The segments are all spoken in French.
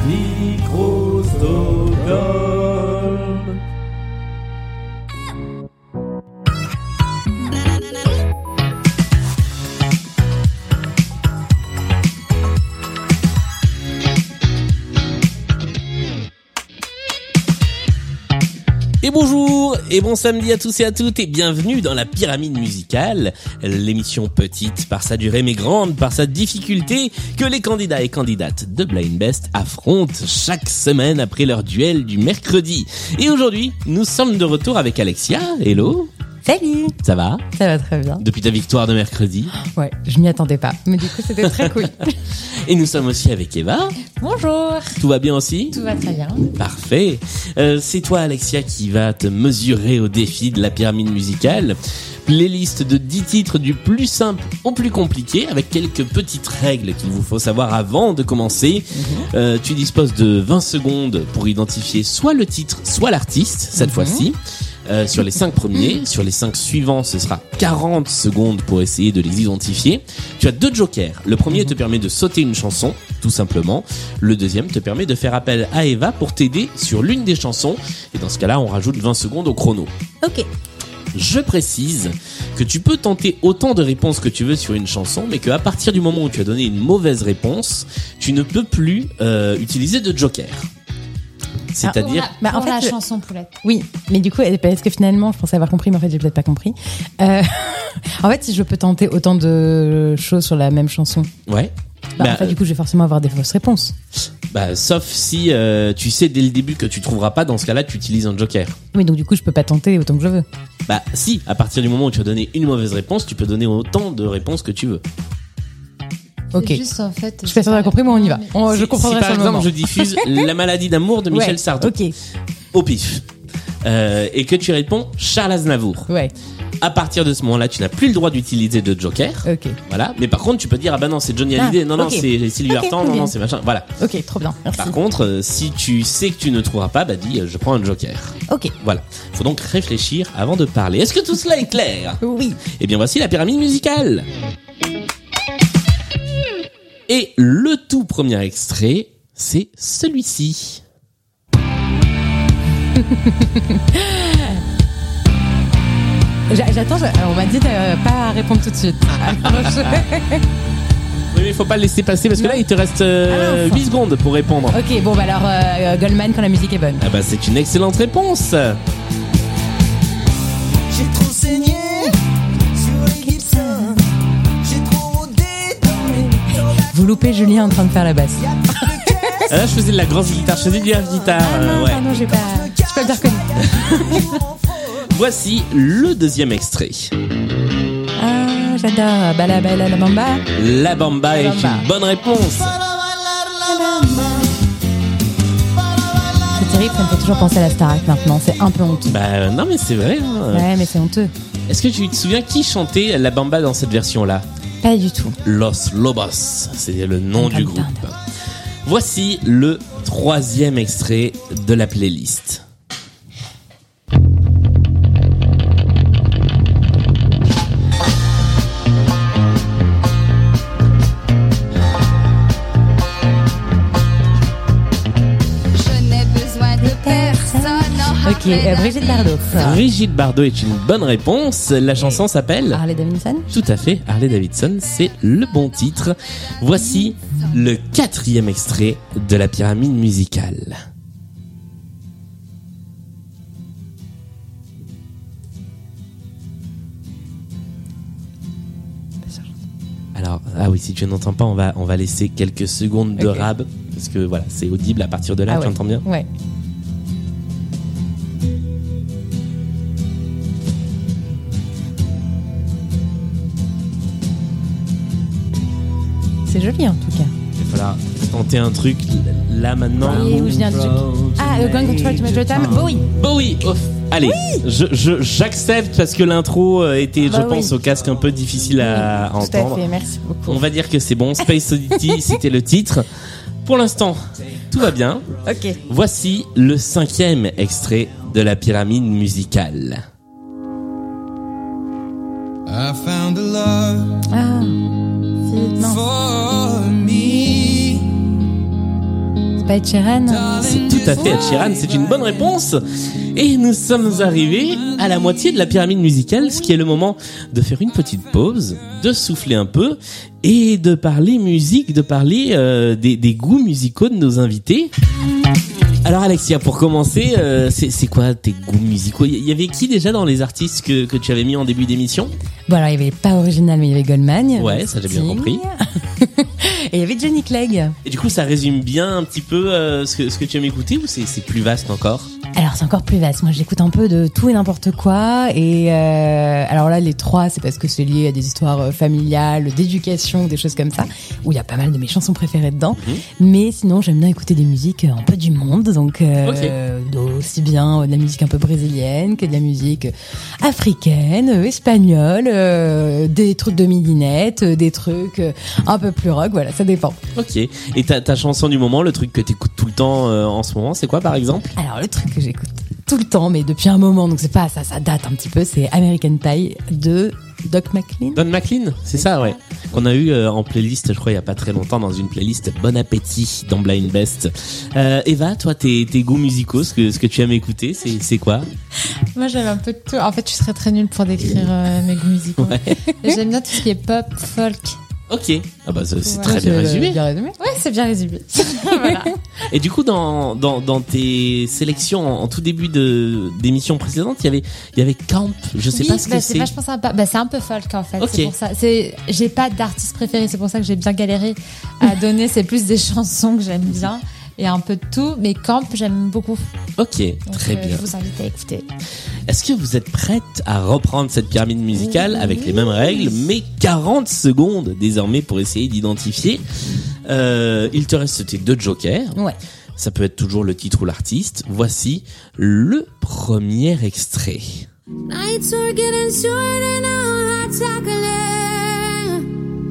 Micro-Stockholm. Et bonjour et bon samedi à tous et à toutes et bienvenue dans la pyramide musicale, l'émission petite par sa durée mais grande par sa difficulté que les candidats et candidates de Blind Best affrontent chaque semaine après leur duel du mercredi. Et aujourd'hui, nous sommes de retour avec Alexia. Hello. Salut. Ça va ? Ça va très bien. Depuis ta victoire de mercredi. Ouais, je m'y attendais pas, mais du coup c'était très cool. Et nous sommes aussi avec Eva. Bonjour. Tout va bien aussi ? Tout va très bien. Parfait. C'est toi, Alexia, qui va te mesurer au défi de la pyramide musicale. Playlist de 10 titres du plus simple au plus compliqué, avec quelques petites règles qu'il vous faut savoir avant de commencer. Tu disposes de 20 secondes pour identifier soit le titre, soit l'artiste, cette fois-ci. Sur les 5 premiers, sur les 5 suivants, ce sera 40 secondes pour essayer de les identifier. Tu as 2 jokers. Le premier te permet de sauter une chanson, tout simplement. Le deuxième te permet de faire appel à Eva pour t'aider sur l'une des chansons. Et dans ce cas-là, on rajoute 20 secondes au chrono. Ok. Je précise que tu peux tenter autant de réponses que tu veux sur une chanson, mais qu'à partir du moment où tu as donné une mauvaise réponse, tu ne peux plus utiliser de joker. C'est-à-dire... Pour la chanson Poulette. Oui, mais du coup, est-ce que finalement, je pensais avoir compris, mais en fait, j'ai peut-être pas compris. En fait, si je peux tenter autant de choses sur la même chanson, Ouais. en fait, du coup, je vais forcément avoir des fausses réponses. Sauf si tu sais dès le début que tu trouveras pas, dans ce cas-là, tu utilises un joker. Oui, donc du coup, je peux pas tenter autant que je veux. Si, à partir du moment où tu as donné une mauvaise réponse, tu peux donner autant de réponses que tu veux. Ok. Juste, en fait, Je fais ça, on a compris, mais on y va. Je comprendrai si par sur le exemple moment. je diffuse La maladie d'amour de Michel Sardou Ok. au pif et que tu réponds Charles Aznavour, Ouais. à partir de ce moment-là tu n'as plus le droit d'utiliser de joker. Ok. Voilà, mais par contre tu peux dire ah bah non c'est Johnny Hallyday, non ok. c'est Sylvie Ok, Vartan, ok. non c'est machin, voilà. Ok, trop bien. Merci. Par contre si tu sais que tu ne trouveras pas, dis je prends un joker. Ok. Voilà, faut donc réfléchir avant de parler. Est-ce que tout cela est clair ? Oui. Eh bien voici la pyramide musicale. Et le tout premier extrait, c'est celui-ci. J'attends, alors on m'a dit de pas répondre tout de suite. Alors, Oui, mais il faut pas le laisser passer parce que là, il te reste 8 secondes pour répondre. Ok, bon, alors Goldman quand la musique est bonne. Ah bah, c'est une excellente réponse. J'ai trop saigné sur les Gibson. J'ai trop détonné. Vous loupez Julien en train de faire la basse. Ah, là, je faisais de la grosse guitare, je faisais du air guitare. Ouais. Pardon, j'ai pas le dire que... Voici le deuxième extrait. Ah, j'adore. Bala bala la bamba. La Bamba est Bamba. une bonne réponse. C'est terrible, ça me fait toujours penser à la Starac maintenant. C'est un peu honteux. Non, mais c'est vrai. Hein. Ouais, mais c'est honteux. Est-ce que tu te souviens qui chantait La Bamba dans cette version-là ? Pas du tout. Los Lobos, c'est le nom du groupe. Dun. Voici le troisième extrait de la playlist. Je n'ai besoin de personne. Ok, Brigitte Bardot. Brigitte Bardot est une bonne réponse. La chanson s'appelle... Harley Davidson. Tout à fait, Harley Davidson, c'est le bon titre. Voici le quatrième extrait de la pyramide musicale. Alors, oui, si tu n'entends pas, on va laisser quelques secondes de Ok. rab, parce que voilà, c'est audible à partir de là, Ah tu ouais. entends bien ? Ouais. C'est joli en tout cas. Il va falloir tenter un truc là maintenant. Et où je viens de... Going to try to make your time. Bowie. Bowie, off. Allez, j'accepte parce que l'intro était, Bah je pense, oui. au casque un peu difficile à Tout entendre. à fait, merci beaucoup. On va dire que c'est bon. Space Oddity, c'était le titre. Pour l'instant, tout va bien. Ok. Voici le cinquième extrait de la pyramide musicale. I found a love Ah. Non. for me. pas Ed Sheeran? C'est tout à fait Ed Sheeran, c'est une bonne réponse. Et nous sommes arrivés à la moitié de la pyramide musicale, ce qui est le moment de faire une petite pause, de souffler un peu et de parler musique, de parler des goûts musicaux de nos invités. Alors Alexia, pour commencer, c'est quoi tes goûts musicaux? Il y avait qui déjà dans les artistes que tu avais mis en début d'émission? Bon, alors il y avait pas original, mais il y avait Goldman. Ouais, ça j'ai bien compris. Et il y avait Johnny Clegg. Et du coup, ça résume bien un petit peu ce que tu aimes écouter, ou c'est plus vaste encore? Alors c'est encore plus vaste. Moi j'écoute un peu de tout et n'importe quoi. Et alors là les trois, c'est parce que c'est lié à des histoires familiales, d'éducation, des choses comme ça, où il y a pas mal de mes chansons préférées dedans. Mais sinon j'aime bien écouter des musiques un peu du monde, donc aussi bien de la musique un peu brésilienne que de la musique africaine, espagnole, des trucs de midinette, des trucs un peu plus rock. Voilà, ça dépend. Ok. Et ta chanson du moment, le truc que t'écoutes tout le temps en ce moment, c'est quoi par exemple? Alors le truc que j'écoute tout le temps, mais depuis un moment, donc c'est pas ça date un petit peu, c'est American Pie de Doc McLean. Don McLean, c'est ça, ouais. Qu'on a eu en playlist, je crois, il y a pas très longtemps, dans une playlist Bon Appétit dans Blind Best. Eva, toi, tes goûts musicaux, ce que tu aimes écouter, c'est quoi? Moi, j'avais un peu de tout. En fait, je serais très nulle pour décrire mes goûts musicaux. Ouais. J'aime bien tout ce qui est pop, folk. Ok. Ah bah c'est Ouais, très bien résumé. Ouais, c'est bien résumé. Voilà. Et du coup, dans tes sélections en tout début d'émission précédente, il y avait Camp. Je sais pas ce que c'est. C'est vachement sympa. C'est un peu folk en fait. Ok. C'est pour ça. J'ai pas d'artiste préféré. C'est pour ça que j'ai bien galéré à donner. C'est plus des chansons que j'aime bien et un peu de tout. Mais Camp, j'aime beaucoup. Ok, Donc, très bien. Je vous invite à écouter. Est-ce que vous êtes prête à reprendre cette pyramide musicale avec les mêmes règles, mais 40 secondes désormais pour essayer d'identifier? Il te reste tes 2 jokers. Ouais. Ça peut être toujours le titre ou l'artiste. Voici le premier extrait. Nights are getting shorter now, hot chocolate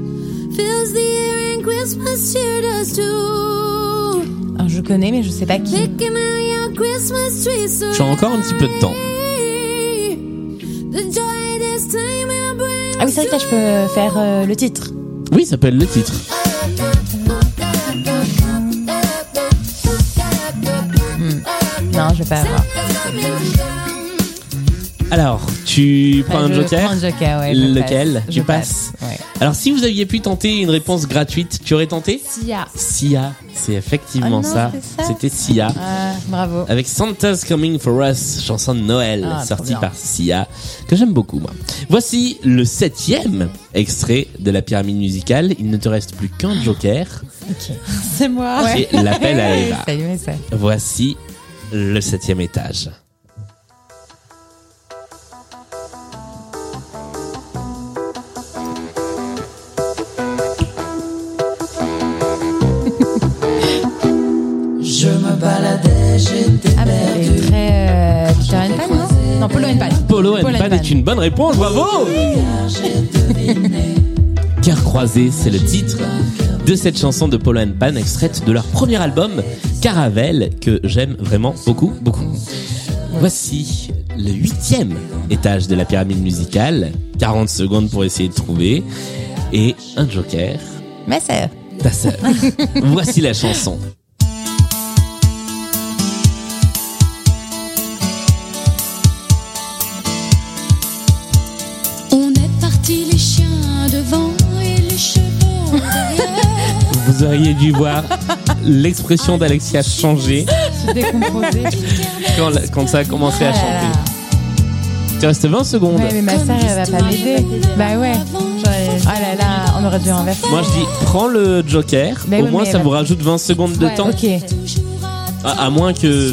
fills the air and Christmas cheer does too. Alors, je connais, mais je sais pas qui. Picking out your Christmas tree so Tu as encore un petit peu de temps. the joy this time will bring. Ah oui, c'est vrai que là, je peux faire le titre. Oui, ça peut être le titre. Non, je vais pas avoir. Alors, tu prends un Je joker? prends un joker, ouais. Lequel? Je Tu passe. passes. Ouais. Alors, si vous aviez pu tenter une réponse gratuite, tu aurais tenté? Sia. Sia, c'est effectivement Ah non, ça. c'est ça. C'était Sia. Ah, bravo. Avec Santa's Coming for Us, chanson de Noël, Ah, trop sortie bien. par Sia, que j'aime beaucoup, moi. Voici le 7e extrait de la pyramide musicale. Il ne te reste plus qu'un joker. C'est moi. C'est l'appel à Eva. Ça y est, ça. Voici le 7e étage. Je me baladais, j'étais Ah, bah, c'est très Peter and Pan, non? Non, Polo and Pan. Polo and Paul and Pan Pan. est une bonne réponse, bravo! Cœur croisé, c'est le titre de cette chanson de Polo and Pan, extraite de leur premier album, Caravelle, que j'aime vraiment beaucoup, beaucoup. Voici le 8e étage de la pyramide musicale. 40 secondes pour essayer de trouver. Et un joker, Ma sœur. ta sœur. Voici la chanson. On est parti les chiens devant et les chevaux derrière. Vous auriez dû voir l'expression d'Alexia changer Décomposé. quand ça a commencé à chanter. Il te reste 20 secondes. Ouais, mais ma sœur, elle va pas m'aider. Bah ouais. Ah là là, on aurait dû inverser. Moi je dis, prends le joker. Mais Au oui, moins mais ça elle vous va- rajoute 20 secondes de Ouais, temps. Ok. À moins que...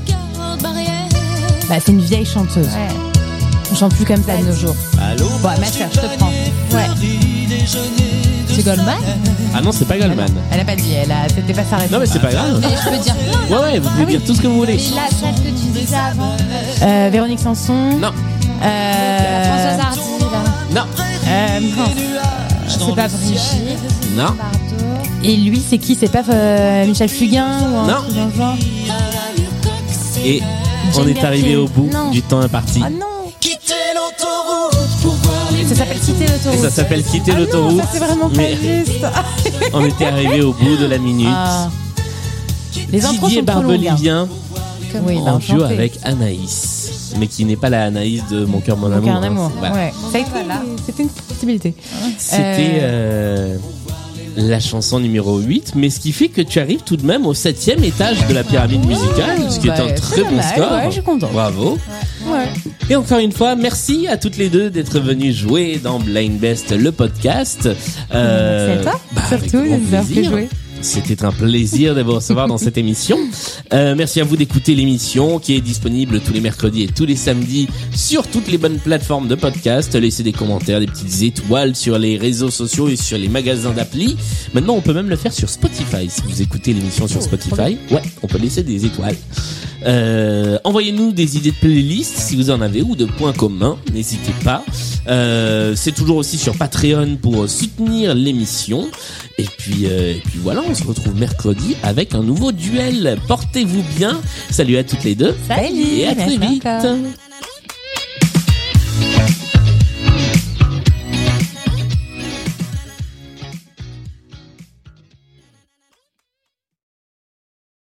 Bah, c'est une vieille chanteuse. Ouais. On chante plus comme ça de nos jours. Allô? Bon, ma sœur, je te prends. Ouais. C'est Goldman. Ah non, c'est pas Goldman. Elle a pas dit, c'était pas sa réponse. Non mais c'est pas grave. Mais je peux dire. Ouais ouais, vous pouvez dire tout ce que vous voulez. Et là, celle que tu disais avant. Véronique Sanson. Non, Françoise Hardy, là. non, Non. C'est pas Brigitte. non. Pardon. Et lui, c'est qui? C'est pas Michel Fugain ou un Non. truc dans le genre? Et on Jane est arrivé Birkin. au bout Non. du temps imparti. Ah non. quitter l'autoroute pour voir les Ça s'appelle Quitter Et l'autoroute. ça s'appelle quitter Ah l'autoroute. non, ça c'est vraiment pas Mais juste. on était arrivé au bout de la minute. Ah. Les intros Didier sont trop longues. Barbelivien Oui, en duo enchanté. avec Anaïs, mais qui n'est pas la Anaïs de Mon cœur, mon Donc, amour. un amour. Voilà. Ouais. Ça a été, c'était une possibilité. C'était la chanson numéro 8, mais ce qui fait que tu arrives tout de même au 7e étage de la pyramide musicale, ce qui est un très bon score. Ouais, je suis contente. Bravo. Ouais. Et encore une fois, merci à toutes les deux d'être venues jouer dans Blind Best, le podcast. Merci à toi, avec surtout, grand de nous avoir fait plaisir. jouer. C'était un plaisir de vous recevoir dans cette émission. Merci à vous d'écouter l'émission qui est disponible tous les mercredis et tous les samedis sur toutes les bonnes plateformes de podcast. Laissez des commentaires, des petites étoiles sur les réseaux sociaux et sur les magasins d'appli. Maintenant, on peut même le faire sur Spotify. Si vous écoutez l'émission sur Spotify, ouais, on peut laisser des étoiles. Envoyez-nous des idées de playlists si vous en avez ou de points communs, n'hésitez pas. C'est toujours aussi sur Patreon pour soutenir l'émission. Et puis voilà, on se retrouve mercredi avec un nouveau duel. Portez-vous bien. Salut à toutes les deux. Salut, et à très merci vite. encore.